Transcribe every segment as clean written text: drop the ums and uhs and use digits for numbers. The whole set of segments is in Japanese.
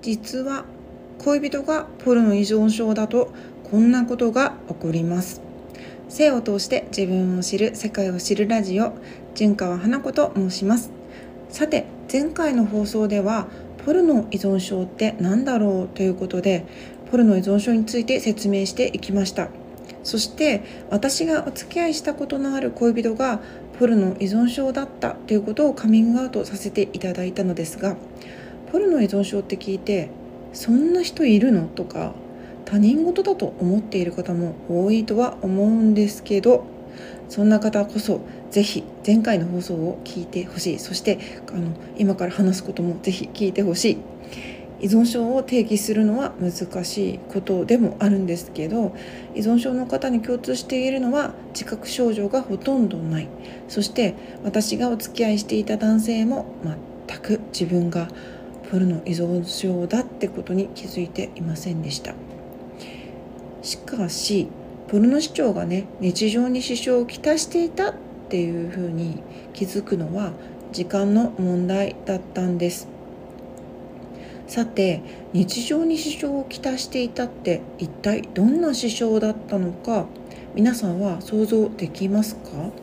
実は恋人がポルノ依存症だとこんなことが起こります。性を通して自分を知る、世界を知るラジオ、純川花子と申します。さて、前回の放送ではポルノ依存症って何だろうということで、ポルノ依存症について説明していきました。そして私がお付き合いしたことのある恋人がポルノ依存症だったということをカミングアウトさせていただいたのですが、ポルノ依存症って聞いてそんな人いるのとか他人事だと思っている方も多いとは思うんですけど、そんな方こそぜひ前回の放送を聞いてほしい。そして今から話すこともぜひ聞いてほしい。依存症を定義するのは難しいことでもあるんですけど、依存症の方に共通しているのは自覚症状がほとんどない。そして私がお付き合いしていた男性も全く自分がポルノ依存症だってことに気づいていませんでした。しかしポルノ視聴が日常に支障をきたしていたっていうふうに気づくのは時間の問題だったんです。さて、日常に支障をきたしていたって一体どんな支障だったのか、皆さんは想像できますか？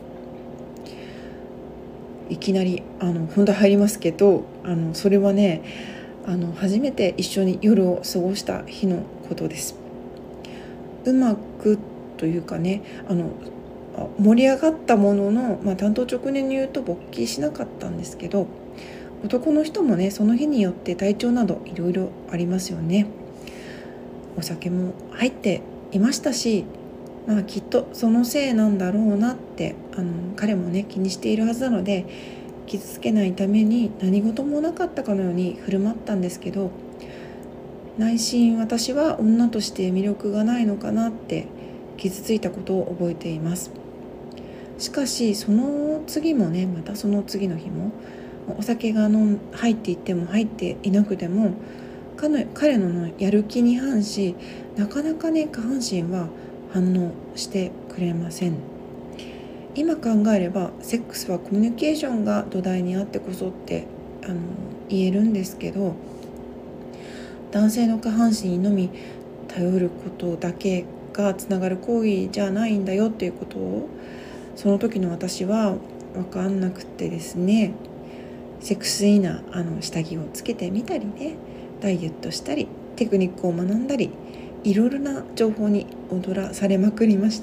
いきなり本題入りますけど、それは初めて一緒に夜を過ごした日のことです。うまくというか盛り上がったものの、担当直入に言うと勃起しなかったんですけど、男の人もその日によって体調などいろいろありますよね。お酒も入っていましたし、きっとそのせいなんだろうなって彼も気にしているはずなので、傷つけないために何事もなかったかのように振る舞ったんですけど、内心私は女として魅力がないのかなって傷ついたことを覚えています。しかしその次もまたその次の日もお酒が入っていっても入っていなくても彼のやる気に反し、なかなか下半身は反応してくれません。今考えればセックスはコミュニケーションが土台にあってこそって言えるんですけど、男性の下半身にのみ頼ることだけがつながる行為じゃないんだよっていうことをその時の私は分かんなくてですね、セクシーな下着をつけてみたりダイエットしたりテクニックを学んだり、いろいろな情報に踊らされまくりました。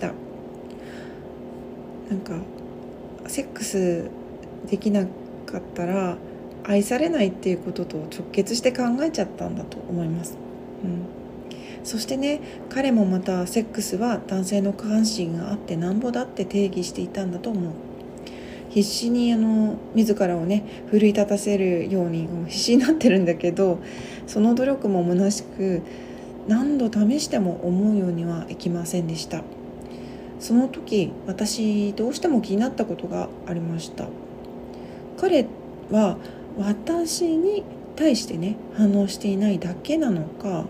セックスできなかったら愛されないっていうことと直結して考えちゃったんだと思います。そして彼もまたセックスは男性の下半身があってなんぼだって定義していたんだと思う。必死に自らを奮い立たせるように必死になってるんだけど、その努力も虚しく、何度試しても思うようにはいきませんでした。その時私どうしても気になったことがありました。彼は私に対して反応していないだけなのか、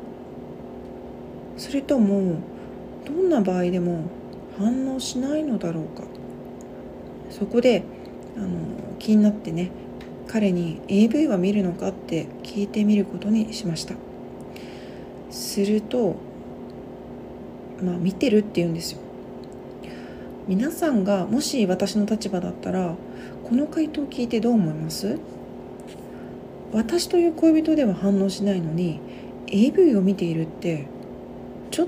それともどんな場合でも反応しないのだろうか。そこで気になって彼に AV は見るのかって聞いてみることにしました。すると見てるって言うんですよ。皆さんがもし私の立場だったらこの回答を聞いてどう思います？私という恋人では反応しないのに AV を見ているってちょっ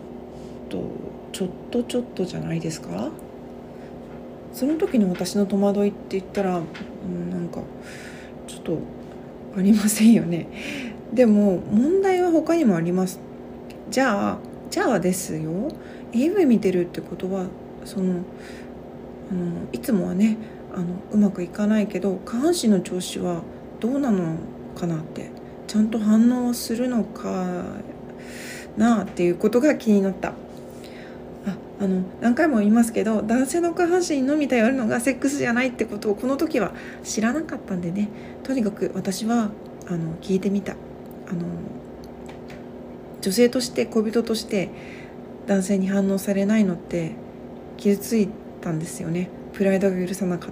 とじゃないですか？その時の私の戸惑いって言ったらちょっとありませんよね。でも問題は他にもあります。じゃあですよ、 AV 見てるってことはいつもはうまくいかないけど下半身の調子はどうなのかなって、ちゃんと反応するのかなっていうことが気になった。何回も言いますけど、男性の下半身のみ頼るのがセックスじゃないってことをこの時は知らなかったんでとにかく私は聞いてみた。女性として恋人として男性に反応されないのって傷ついたんですよね。プライドが許さなかった。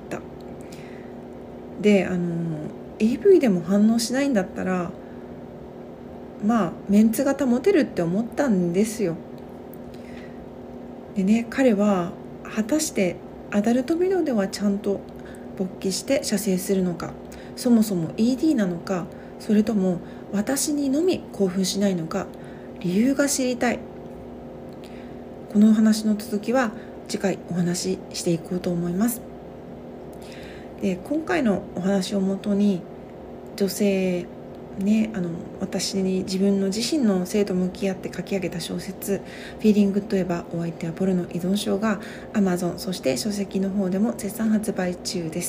でAV でも反応しないんだったらメンツが保てるって思ったんですよ。でね、彼は果たしてアダルトビデオではちゃんと勃起して射精するのか、そもそも ED なのか、それとも私にのみ興奮しないのか、理由が知りたい。このお話の続きは次回お話ししていこうと思います。で、今回のお話をもとに女性ね、私に自分の自身の性と向き合って書き上げた小説「フィーリングといえばお相手はポルノ依存症」が Amazon そして書籍の方でも絶賛発売中です。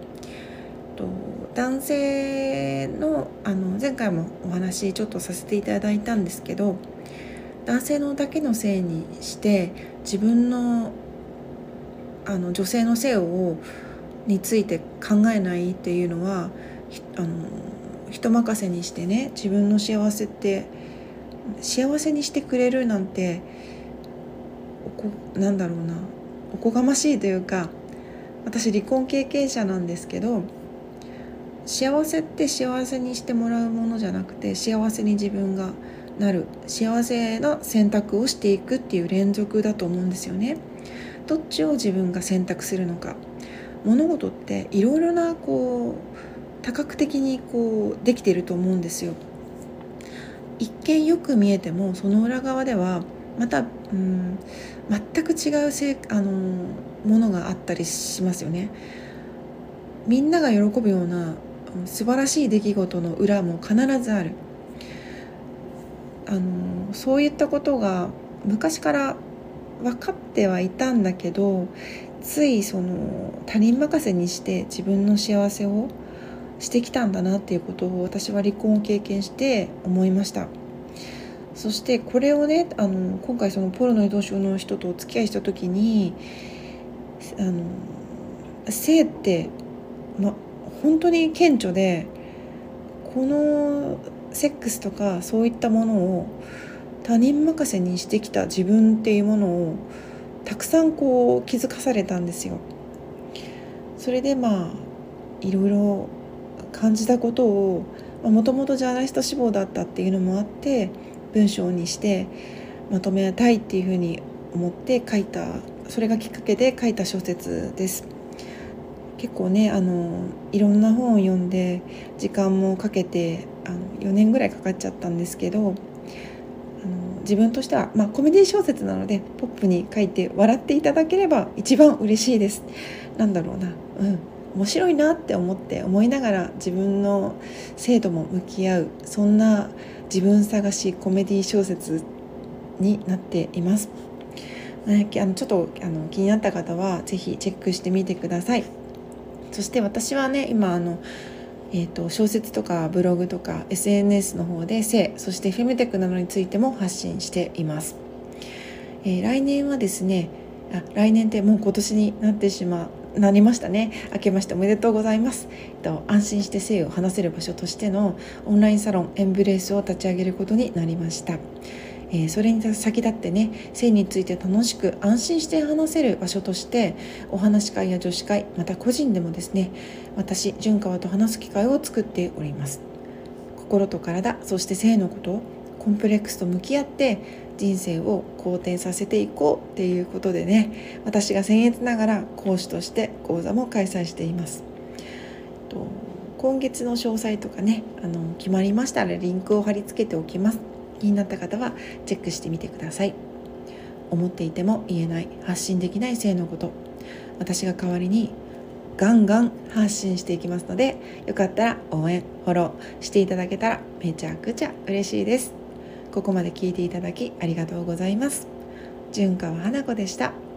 男性の前回もお話ちょっとさせていただいたんですけど、男性のだけの性にして自分の女性の性について考えないっていうのは人任せにしてね、自分の幸せにしてくれるなんておこがましいというか、私離婚経験者なんですけど、幸せって幸せにしてもらうものじゃなくて、幸せに自分がなる幸せな選択をしていくっていう連続だと思うんですよね。どっちを自分が選択するのか。物事っていろいろな多角的にできていると思うんですよ。一見よく見えてもその裏側ではまた全く違うものがあったりしますよね。みんなが喜ぶような素晴らしい出来事の裏も必ずある。そういったことが昔から分かってはいたんだけど、つい他人任せにして自分の幸せをしてきたんだなっていうことを私は離婚を経験して思いました。そしてこれをね、今回そのポルノ依存症の人とお付き合いした時に性って本当に顕著で、このセックスとかそういったものを他人任せにしてきた自分っていうものをたくさん気づかされたんですよ。それでいろいろ感じたことをもともとジャーナリスト志望だったっていうのもあって文章にしてまとめたいっていうふうに思って書いた、それがきっかけで書いた小説です。結構ねいろんな本を読んで時間もかけて4年ぐらいかかっちゃったんですけど、自分としては、コメディ小説なのでポップに書いて笑っていただければ一番嬉しいです。面白いなって思いながら自分の性とも向き合う、そんな自分探しコメディ小説になっています。ちょっと気になった方はぜひチェックしてみてください。そして私はね今小説とかブログとか SNS の方で性、そしてフェムテックなどについても発信しています。来年はですね、来年ってもう今年になりましたね。明けましておめでとうございます。安心して性を話せる場所としてのオンラインサロンエンブレースを立ち上げることになりました。それに先立ってね、性について楽しく安心して話せる場所としてお話し会や女子会、また個人でもですね、私純川と話す機会を作っております。心と体、そして性のこと、コンプレックスと向き合って人生を好転させていこうっていうことでね、私が僭越ながら講師として講座も開催しています。今月の詳細とかね決まりましたらリンクを貼り付けておきます。気になった方はチェックしてみてください。思っていても言えない、発信できない性のこと、私が代わりにガンガン発信していきますので、よかったら応援フォローしていただけたらめちゃくちゃ嬉しいです。ここまで聞いていただきありがとうございます。純川花子でした。